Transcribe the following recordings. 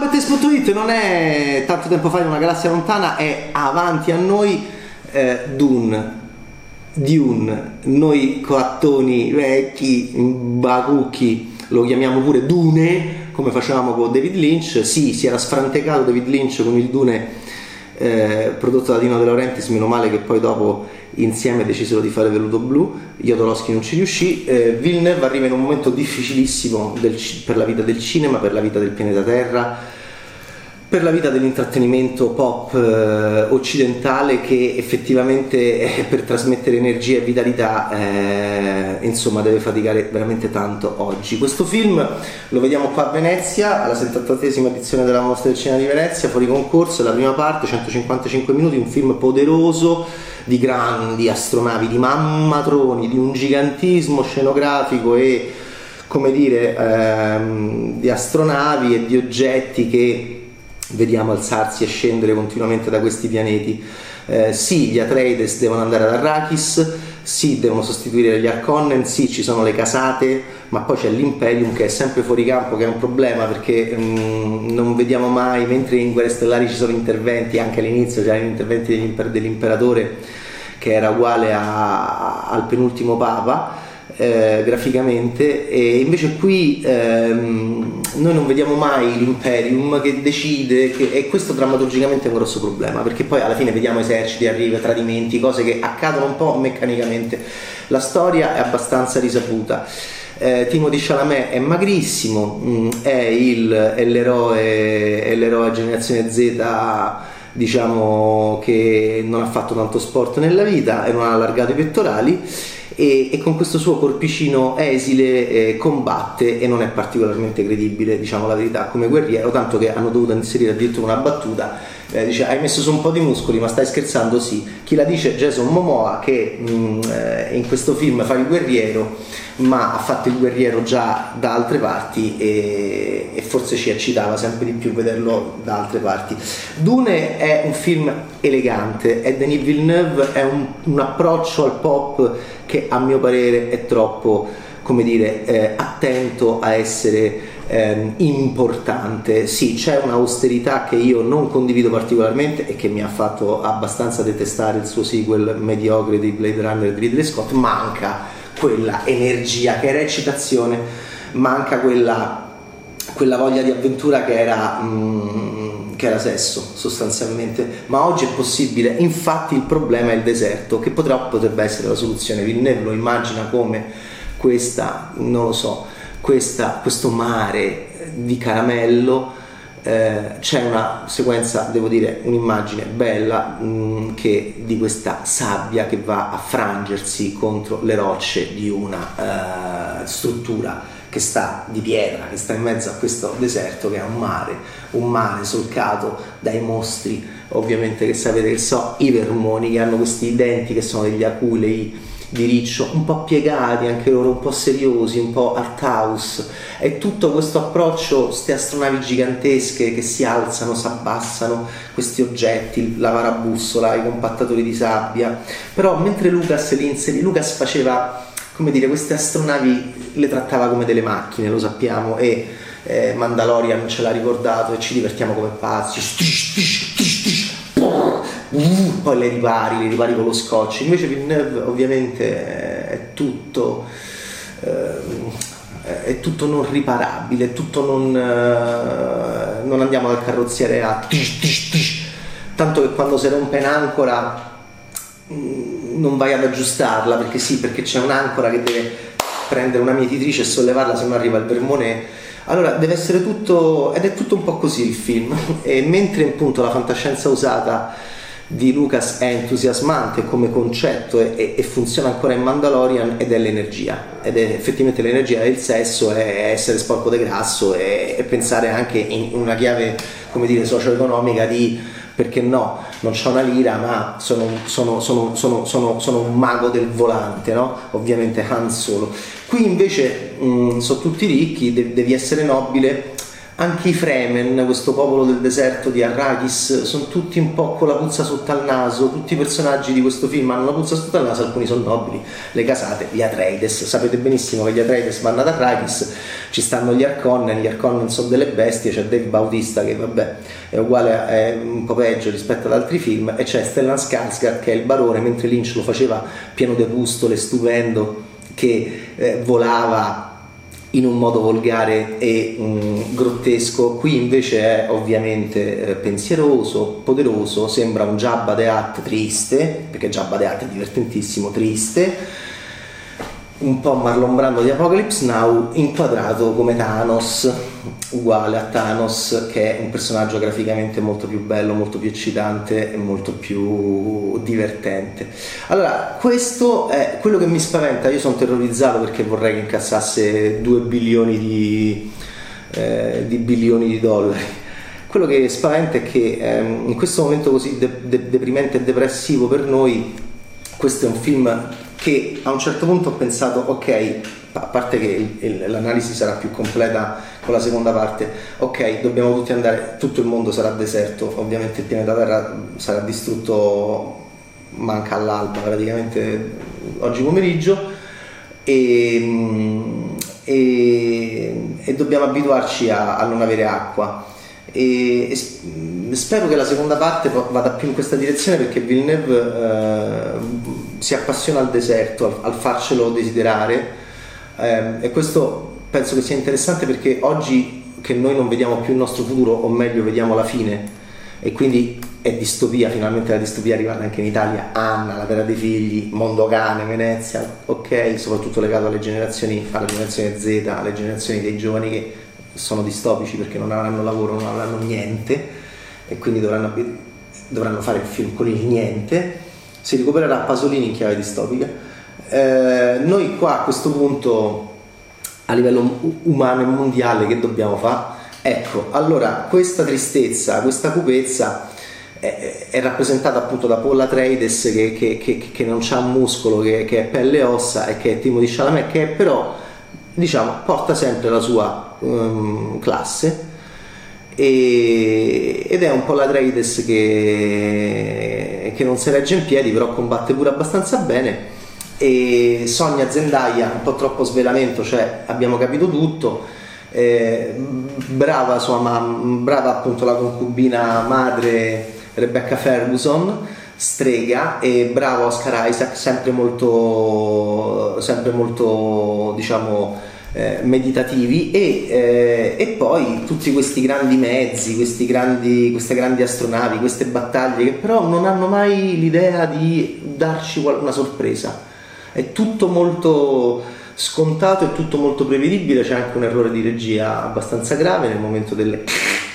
Bethes.it non è tanto tempo fa in una galassia lontana, è avanti a noi. Dune, noi coattoni vecchi, bacucchi, lo chiamiamo pure Dune, come facevamo con David Lynch. Sì, si era sfrantecato David Lynch con il Dune prodotto da Dino De Laurentiis, meno male che poi dopo insieme decisero di fare Velluto Blu. Jodorowsky non ci riuscì. Villeneuve arriva in un momento difficilissimo per la vita del cinema, per la vita del pianeta Terra, per la vita dell'intrattenimento pop occidentale, che effettivamente per trasmettere energia e vitalità insomma deve faticare veramente tanto oggi. Questo film lo vediamo qua a Venezia, alla 78esima edizione della Mostra del Cinema di Venezia, fuori concorso, la prima parte, 155 minuti, un film poderoso, di grandi astronavi, di mammatroni, di un gigantismo scenografico e, come dire, di astronavi e di oggetti che vediamo alzarsi e scendere continuamente da questi pianeti. Sì, gli Atreides devono andare ad Arrakis, sì, devono sostituire gli Harkonnen, sì, ci sono le casate, ma poi c'è l'Imperium che è sempre fuori campo, che è un problema perché non vediamo mai, mentre in Guerre Stellari ci sono interventi, anche all'inizio c'erano interventi dell'imperatore che era uguale al penultimo papa graficamente, e invece qui noi non vediamo mai l'Imperium che decide e questo drammaturgicamente è un grosso problema, perché poi alla fine vediamo eserciti, arrivi, tradimenti, cose che accadono un po' meccanicamente. La storia è abbastanza risaputa. Timothée Chalamet è magrissimo, è l'eroe generazione Z, diciamo, che non ha fatto tanto sport nella vita e non ha allargato i pettorali, e con questo suo corpicino esile combatte e non è particolarmente credibile, diciamo la verità, come guerriero, tanto che hanno dovuto inserire addirittura una battuta, dice: hai messo su un po' di muscoli, ma stai scherzando? Sì. Chi la dice? Jason Momoa, che in questo film fa il guerriero, ma ha fatto il guerriero già da altre parti e forse ci eccitava sempre di più vederlo da altre parti. Dune è un film elegante, è Denis Villeneuve, è un approccio al pop che a mio parere è troppo, come dire, attento a essere importante. Sì, c'è un'austerità che io non condivido particolarmente e che mi ha fatto abbastanza detestare il suo sequel mediocre di Blade Runner di Ridley Scott. Manca quella energia che era eccitazione, manca quella voglia di avventura che era sesso sostanzialmente, ma oggi è possibile. Infatti il problema è il deserto, che potrebbe essere la soluzione. Villeneuve lo immagina come questa, non lo so, questo mare di caramello. C'è una sequenza, devo dire, un'immagine bella che di questa sabbia che va a frangersi contro le rocce di una struttura che sta di pietra, che sta in mezzo a questo deserto, che è un mare solcato dai mostri, ovviamente, che sapete che so, i vermoni, che hanno questi denti che sono degli aculei di riccio, un po' piegati anche loro, un po' seriosi, un po' art house. E tutto questo approccio, queste astronavi gigantesche che si alzano, si abbassano, questi oggetti, la varabussola, i compattatori di sabbia. Però mentre Lucas li inserì, Lucas faceva, come dire, queste astronavi le trattava come delle macchine, lo sappiamo, e Mandalorian ce l'ha ricordato, e ci divertiamo come pazzi, poi le ripari con lo scotch. Invece Villeneuve ovviamente è tutto non riparabile, è tutto non andiamo dal carrozziere a tanto che quando si rompe un'ancora non vai ad aggiustarla, perché c'è un'ancora che deve prendere una mietitrice e sollevarla, se no arriva il vermone. Allora deve essere tutto, ed è tutto un po' così il film. E mentre appunto la fantascienza usata di Lucas è entusiasmante come concetto e funziona ancora in Mandalorian, ed è l'energia, ed è effettivamente l'energia, è il sesso, è essere sporco de grasso, e pensare anche in una chiave, come dire, socio-economica di, perché no, non c'ho una lira, ma sono un mago del volante, no? Ovviamente Han Solo. Qui invece sono tutti ricchi, devi essere nobile. anche i Fremen, questo popolo del deserto di Arrakis, sono tutti un po' con la puzza sotto al naso. Tutti i personaggi di questo film hanno la puzza sotto al naso, alcuni sono nobili, le casate, gli Atreides. Sapete benissimo che gli Atreides vanno ad Arrakis, ci stanno gli Harkonnen sono delle bestie, c'è Dave Bautista che vabbè è uguale, è un po' peggio rispetto ad altri film, e c'è Stellan Skarsgård che è il barone, mentre Lynch lo faceva pieno di pustole, stupendo, che volava in un modo volgare e grottesco. Qui invece è ovviamente pensieroso, poderoso, sembra un Jabba the Hutt triste, perché Jabba the Hutt è divertentissimo, triste, un po' Marlon Brando di Apocalypse Now, inquadrato come Thanos, uguale a Thanos, che è un personaggio graficamente molto più bello, molto più eccitante e molto più divertente. Allora, questo è quello che mi spaventa. Io sono terrorizzato perché vorrei che incassasse 2 bilioni di dollari. Quello che spaventa è che in questo momento così deprimente e depressivo per noi, questo è un film che a un certo punto ho pensato, ok, a parte che l'analisi sarà più completa con la seconda parte, ok, dobbiamo tutti andare, tutto il mondo sarà deserto, ovviamente il pianeta Terra sarà distrutto, manca all'alba praticamente oggi pomeriggio, e dobbiamo abituarci a non avere acqua. E spero che la seconda parte vada più in questa direzione, perché Villeneuve si appassiona al deserto, al farcelo desiderare, e questo penso che sia interessante, perché oggi che noi non vediamo più il nostro futuro, o meglio vediamo la fine, e quindi è distopia, finalmente la distopia arriva anche in Italia. Anna, la terra dei figli, Mondo Cane, Venezia, ok, soprattutto legato alla generazione Z, alle generazioni dei giovani che sono distopici perché non avranno lavoro, non avranno niente, e quindi dovranno fare il film con il niente. Si recupererà Pasolini in chiave distopica. Noi qua a questo punto, a livello umano e mondiale, che dobbiamo fare? Ecco, allora questa tristezza, questa cupezza è rappresentata appunto da Paul Atreides che non c'ha muscolo, che è pelle e ossa, e che è Timothée Chalamet, che però diciamo porta sempre la sua classe, ed è un po' l'Atreides che non si regge in piedi, però combatte pure abbastanza bene. E Sonia Zendaya, un po' troppo svelamento, cioè abbiamo capito tutto, brava sua brava appunto la concubina madre Rebecca Ferguson, strega, e bravo Oscar Isaac, sempre molto diciamo meditativi, e poi tutti questi grandi mezzi, queste grandi astronavi, queste battaglie che però non hanno mai l'idea di darci una sorpresa. È tutto molto scontato, è tutto molto prevedibile. C'è anche un errore di regia abbastanza grave nel momento delle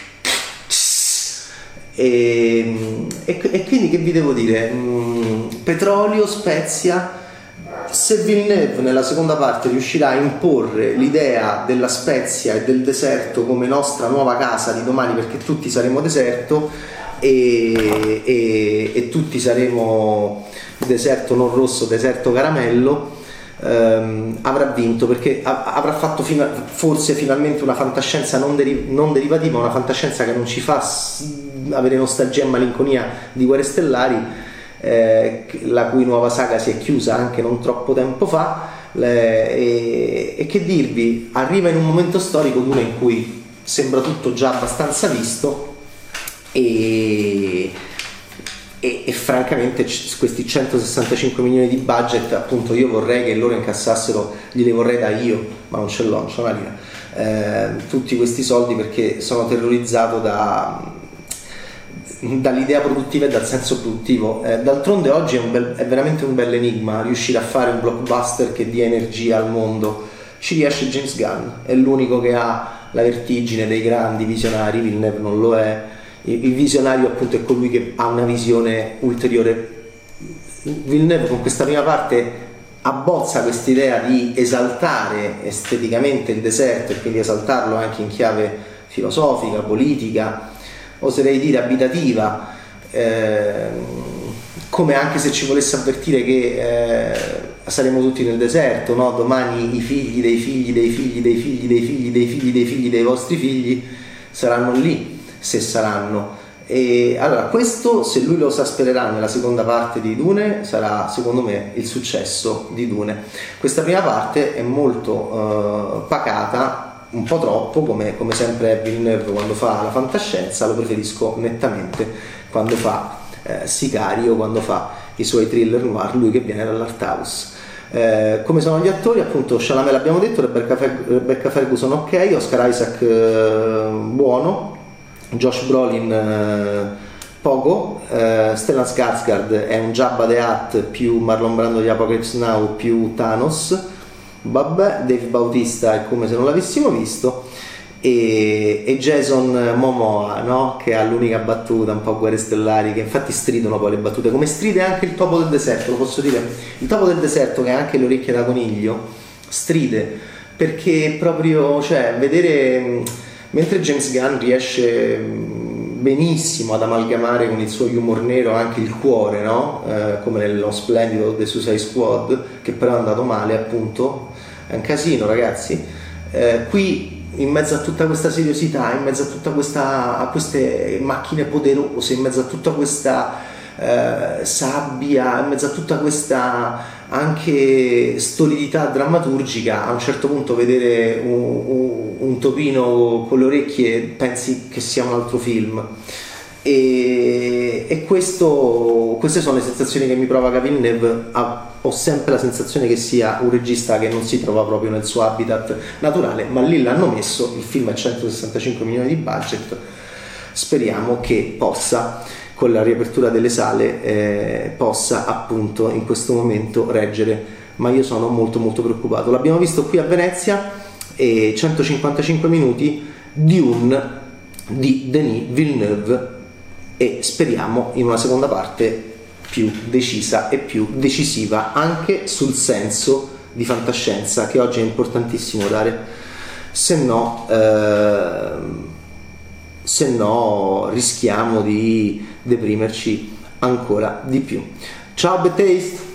e quindi che vi devo dire, petrolio, spezia. Se Villeneuve nella seconda parte riuscirà a imporre l'idea della Spezia e del deserto come nostra nuova casa di domani, perché tutti saremo deserto e tutti saremo deserto non rosso, deserto caramello, avrà vinto, perché avrà fatto forse finalmente una fantascienza non derivativa, una fantascienza che non ci fa avere nostalgia e malinconia di Guerre Stellari, la cui nuova saga si è chiusa anche non troppo tempo fa, e che dirvi, arriva in un momento storico d'uno in cui sembra tutto già abbastanza visto, e francamente questi 165 milioni di budget, appunto, io vorrei che loro incassassero, glieli vorrei da io, ma non ce l'ho, non c'ho una lira, tutti questi soldi, perché sono terrorizzato dall'idea produttiva e dal senso produttivo. D'altronde oggi è veramente un bel enigma riuscire a fare un blockbuster che dia energia al mondo. Ci riesce James Gunn, è l'unico che ha la vertigine dei grandi visionari, Villeneuve non lo è. Il visionario appunto è colui che ha una visione ulteriore. Villeneuve con questa prima parte abbozza quest'idea di esaltare esteticamente il deserto, e quindi esaltarlo anche in chiave filosofica, politica, oserei dire abitativa, come anche se ci volesse avvertire che saremo tutti nel deserto, no? Domani i figli dei figli dei figli dei figli dei figli dei figli dei figli dei vostri figli saranno lì se saranno. E allora questo, se lui lo esaspererà nella seconda parte di Dune, sarà secondo me il successo di Dune. Questa prima parte è molto pacata, un po' troppo, come sempre Villeneuve quando fa la fantascienza. Lo preferisco nettamente quando fa Sicario, quando fa i suoi thriller noir, lui che viene dall'art house. Come sono gli attori, appunto Chalamet l'abbiamo detto, Rebecca Ferguson ok, Oscar Isaac buono, Josh Brolin poco, Stellan Skarsgård è un Jabba the Hutt più Marlon Brando di Apocalypse Now più Thanos, vabbè. Dave Bautista è come se non l'avessimo visto, e Jason Momoa, no? Che ha l'unica battuta un po' Guerre Stellari, che infatti stridono poi le battute, come stride anche il Topo del Deserto, lo posso dire, il Topo del Deserto, che ha anche le orecchie da coniglio, stride, perché proprio, cioè, vedere, mentre James Gunn riesce benissimo ad amalgamare con il suo humor nero anche il cuore, no? Come nello splendido The Suicide Squad, che però è andato male, appunto, è un casino, ragazzi. Qui in mezzo a tutta questa seriosità, in mezzo a queste macchine poderose, in mezzo a tutta questa sabbia, in mezzo a tutta questa anche stolidità drammaturgica, a un certo punto vedere un topino con le orecchie pensi che sia un altro film. E queste sono le sensazioni che mi provoca Villeneuve. Ho sempre la sensazione che sia un regista che non si trova proprio nel suo habitat naturale, ma lì l'hanno messo, il film è 165 milioni di budget, speriamo che possa, con la riapertura delle sale, possa appunto in questo momento reggere, ma io sono molto molto preoccupato. L'abbiamo visto qui a Venezia, e 155 minuti Dune di Denis Villeneuve, e speriamo in una seconda parte più decisa e più decisiva anche sul senso di fantascienza, che oggi è importantissimo dare, se no rischiamo di deprimerci ancora di più. Ciao Bad Taste!